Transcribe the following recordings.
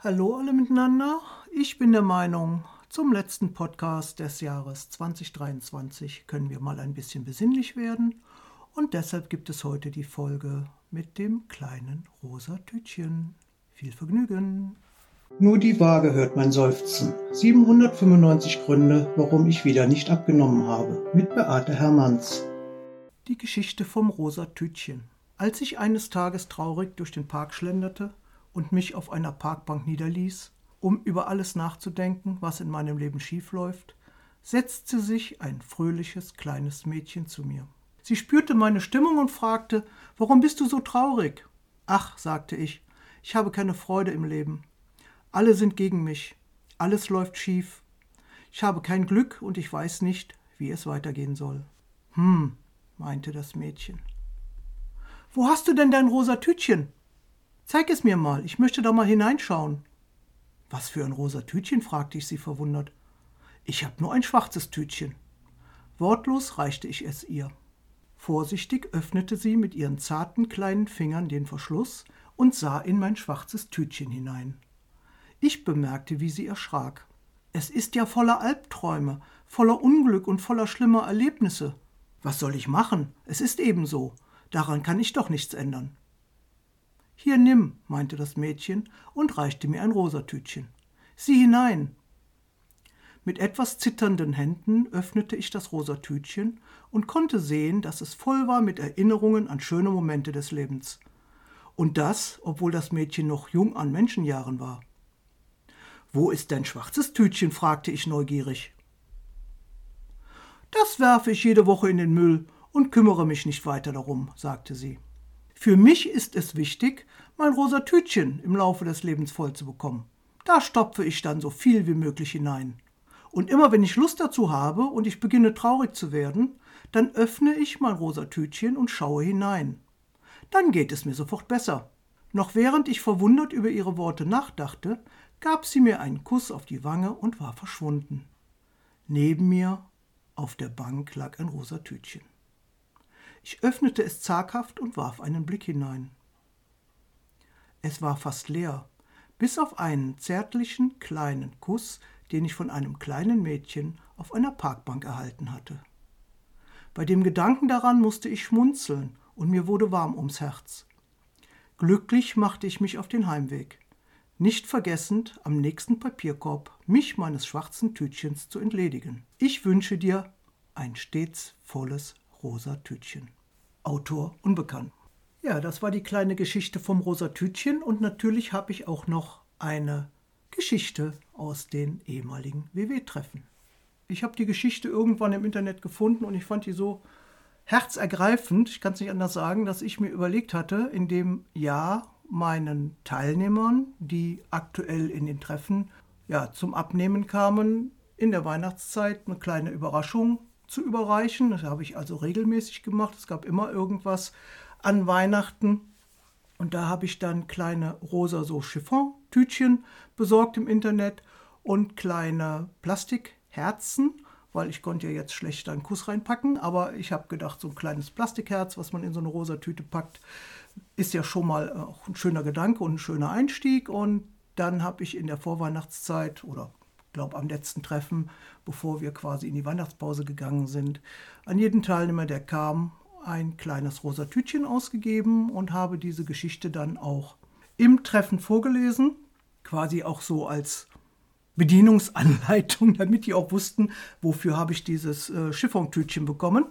Hallo alle miteinander. Ich bin der Meinung, zum letzten Podcast des Jahres 2023 können wir mal ein bisschen besinnlich werden. Und deshalb gibt es heute die Folge mit dem kleinen rosa Tütchen. Viel Vergnügen. Nur die Waage hört mein Seufzen. 795 Gründe, warum ich wieder nicht abgenommen habe. Mit Beate Hermanns. Die Geschichte vom rosa Tütchen. Als ich eines Tages traurig durch den Park schlenderte und mich auf einer Parkbank niederließ, um über alles nachzudenken, was in meinem Leben schiefläuft, setzte sich ein fröhliches kleines Mädchen zu mir. Sie spürte meine Stimmung und fragte: »Warum bist du so traurig?« »Ach«, sagte ich habe keine Freude im Leben. Alle sind gegen mich. Alles läuft schief. Ich habe kein Glück und ich weiß nicht, wie es weitergehen soll.« Meinte das Mädchen. »Wo hast du denn dein rosa Tütchen? Zeig es mir mal, ich möchte da mal hineinschauen.« »Was für ein rosa Tütchen?« fragte ich sie verwundert. »Ich habe nur ein schwarzes Tütchen.« Wortlos reichte ich es ihr. Vorsichtig öffnete sie mit ihren zarten kleinen Fingern den Verschluss und sah in mein schwarzes Tütchen hinein. Ich bemerkte, wie sie erschrak. »Es ist ja voller Albträume, voller Unglück und voller schlimmer Erlebnisse.« »Was soll ich machen? Es ist eben so. Daran kann ich doch nichts ändern.« »Hier, nimm«, meinte das Mädchen und reichte mir ein rosa Tütchen. »Sieh hinein.« Mit etwas zitternden Händen öffnete ich das rosa Tütchen und konnte sehen, dass es voll war mit Erinnerungen an schöne Momente des Lebens. Und das, obwohl das Mädchen noch jung an Menschenjahren war. »Wo ist dein schwarzes Tütchen?« fragte ich neugierig. »Das werfe ich jede Woche in den Müll und kümmere mich nicht weiter darum«, sagte sie. »Für mich ist es wichtig, mein rosa Tütchen im Laufe des Lebens voll zu bekommen. Da stopfe ich dann so viel wie möglich hinein. Und immer wenn ich Lust dazu habe und ich beginne traurig zu werden, dann öffne ich mein rosa Tütchen und schaue hinein. Dann geht es mir sofort besser.« Noch während ich verwundert über ihre Worte nachdachte, gab sie mir einen Kuss auf die Wange und war verschwunden. Neben mir auf der Bank lag ein rosa Tütchen. Ich öffnete es zaghaft und warf einen Blick hinein. Es war fast leer, bis auf einen zärtlichen kleinen Kuss, den ich von einem kleinen Mädchen auf einer Parkbank erhalten hatte. Bei dem Gedanken daran musste ich schmunzeln und mir wurde warm ums Herz. Glücklich machte ich mich auf den Heimweg, nicht vergessend, am nächsten Papierkorb mich meines schwarzen Tütchens zu entledigen. Ich wünsche dir ein stets volles rosa Tütchen. Autor unbekannt. Ja, das war die kleine Geschichte vom rosa Tütchen und natürlich habe ich auch noch eine Geschichte aus den ehemaligen WW-Treffen. Ich habe die Geschichte irgendwann im Internet gefunden und ich fand die so herzergreifend, ich kann es nicht anders sagen, dass ich mir überlegt hatte, in dem Jahr meinen Teilnehmern, die aktuell in den Treffen zum Abnehmen kamen, in der Weihnachtszeit eine kleine Überraschung zu überreichen. Das habe ich also regelmäßig gemacht. Es gab immer irgendwas an Weihnachten. Und da habe ich dann kleine rosa so Chiffon-Tütchen besorgt im Internet und kleine Plastikherzen, weil ich konnte ja jetzt schlecht einen Kuss reinpacken. Aber ich habe gedacht, so ein kleines Plastikherz, was man in so eine rosa Tüte packt, ist ja schon mal auch ein schöner Gedanke und ein schöner Einstieg. Und dann habe ich in der Vorweihnachtszeit oder glaube am letzten Treffen, bevor wir quasi in die Weihnachtspause gegangen sind, an jeden Teilnehmer, der kam, ein kleines rosa Tütchen ausgegeben und habe diese Geschichte dann auch im Treffen vorgelesen, quasi auch so als Bedienungsanleitung, damit die auch wussten, wofür habe ich dieses Chiffontütchen bekommen.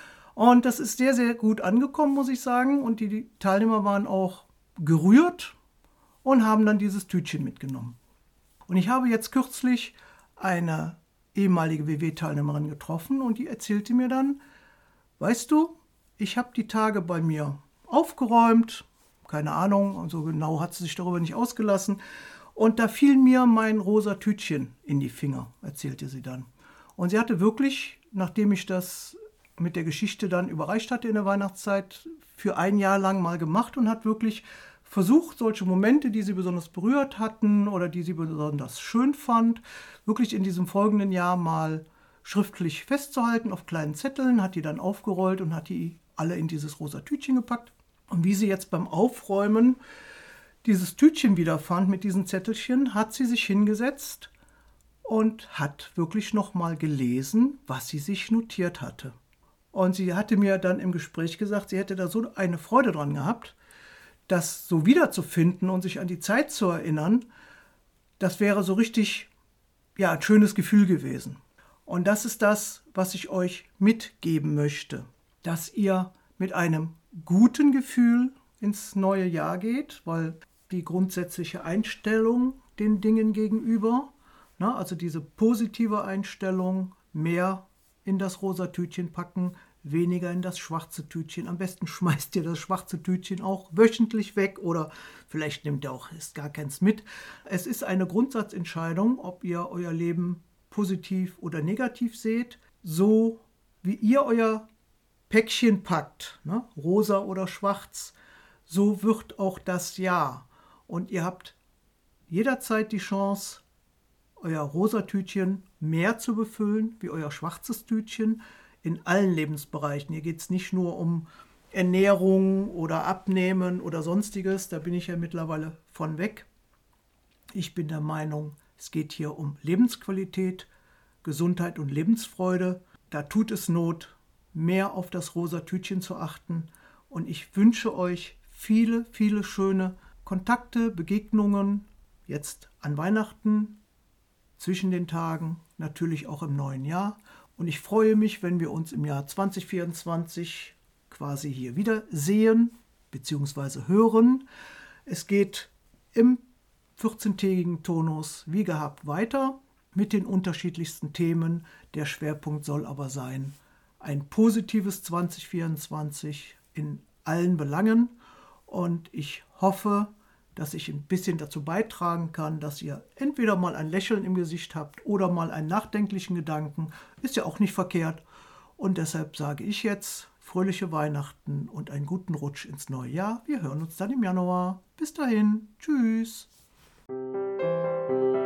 Und das ist sehr, sehr gut angekommen, muss ich sagen. Und die Teilnehmer waren auch gerührt und haben dann dieses Tütchen mitgenommen. Und ich habe jetzt kürzlich eine ehemalige WW-Teilnehmerin getroffen und die erzählte mir dann, weißt du, ich habe die Tage bei mir aufgeräumt, keine Ahnung, so genau hat sie sich darüber nicht ausgelassen, und da fiel mir mein rosa Tütchen in die Finger, erzählte sie dann. Und sie hatte wirklich, nachdem ich das mit der Geschichte dann überreicht hatte in der Weihnachtszeit, für ein Jahr lang mal gemacht und hat wirklich versucht, solche Momente, die sie besonders berührt hatten oder die sie besonders schön fand, wirklich in diesem folgenden Jahr mal schriftlich festzuhalten auf kleinen Zetteln, hat die dann aufgerollt und hat die alle in dieses rosa Tütchen gepackt. Und wie sie jetzt beim Aufräumen dieses Tütchen wiederfand mit diesen Zettelchen, hat sie sich hingesetzt und hat wirklich nochmal gelesen, was sie sich notiert hatte. Und sie hatte mir dann im Gespräch gesagt, sie hätte da so eine Freude dran gehabt, das so wiederzufinden und sich an die Zeit zu erinnern. Das wäre so richtig, ja, ein schönes Gefühl gewesen. Und das ist das, was ich euch mitgeben möchte, dass ihr mit einem guten Gefühl ins neue Jahr geht, weil die grundsätzliche Einstellung den Dingen gegenüber, also diese positive Einstellung, mehr in das rosa Tütchen packen, weniger in das schwarze Tütchen. Am besten schmeißt ihr das schwarze Tütchen auch wöchentlich weg oder vielleicht nehmt ihr auch ist gar keins mit. Es ist eine Grundsatzentscheidung, ob ihr euer Leben positiv oder negativ seht. So wie ihr euer Päckchen packt, rosa oder schwarz, so wird auch das Jahr. Und ihr habt jederzeit die Chance, euer rosa Tütchen mehr zu befüllen wie euer schwarzes Tütchen in allen Lebensbereichen. Hier geht es nicht nur um Ernährung oder Abnehmen oder sonstiges, da bin ich ja mittlerweile von weg. Ich bin der Meinung, es geht hier um Lebensqualität, Gesundheit und Lebensfreude. Da tut es Not, mehr auf das rosa Tütchen zu achten. Und ich wünsche euch viele, viele schöne Kontakte, Begegnungen, jetzt an Weihnachten, zwischen den Tagen, natürlich auch im neuen Jahr. Und ich freue mich, wenn wir uns im Jahr 2024 quasi hier wieder sehen bzw. hören. Es geht im 14-tägigen Turnus wie gehabt weiter mit den unterschiedlichsten Themen. Der Schwerpunkt soll aber sein, ein positives 2024 in allen Belangen. Und ich hoffe, dass ich ein bisschen dazu beitragen kann, dass ihr entweder mal ein Lächeln im Gesicht habt oder mal einen nachdenklichen Gedanken. Ist ja auch nicht verkehrt. Und deshalb sage ich jetzt fröhliche Weihnachten und einen guten Rutsch ins neue Jahr. Wir hören uns dann im Januar. Bis dahin. Tschüss.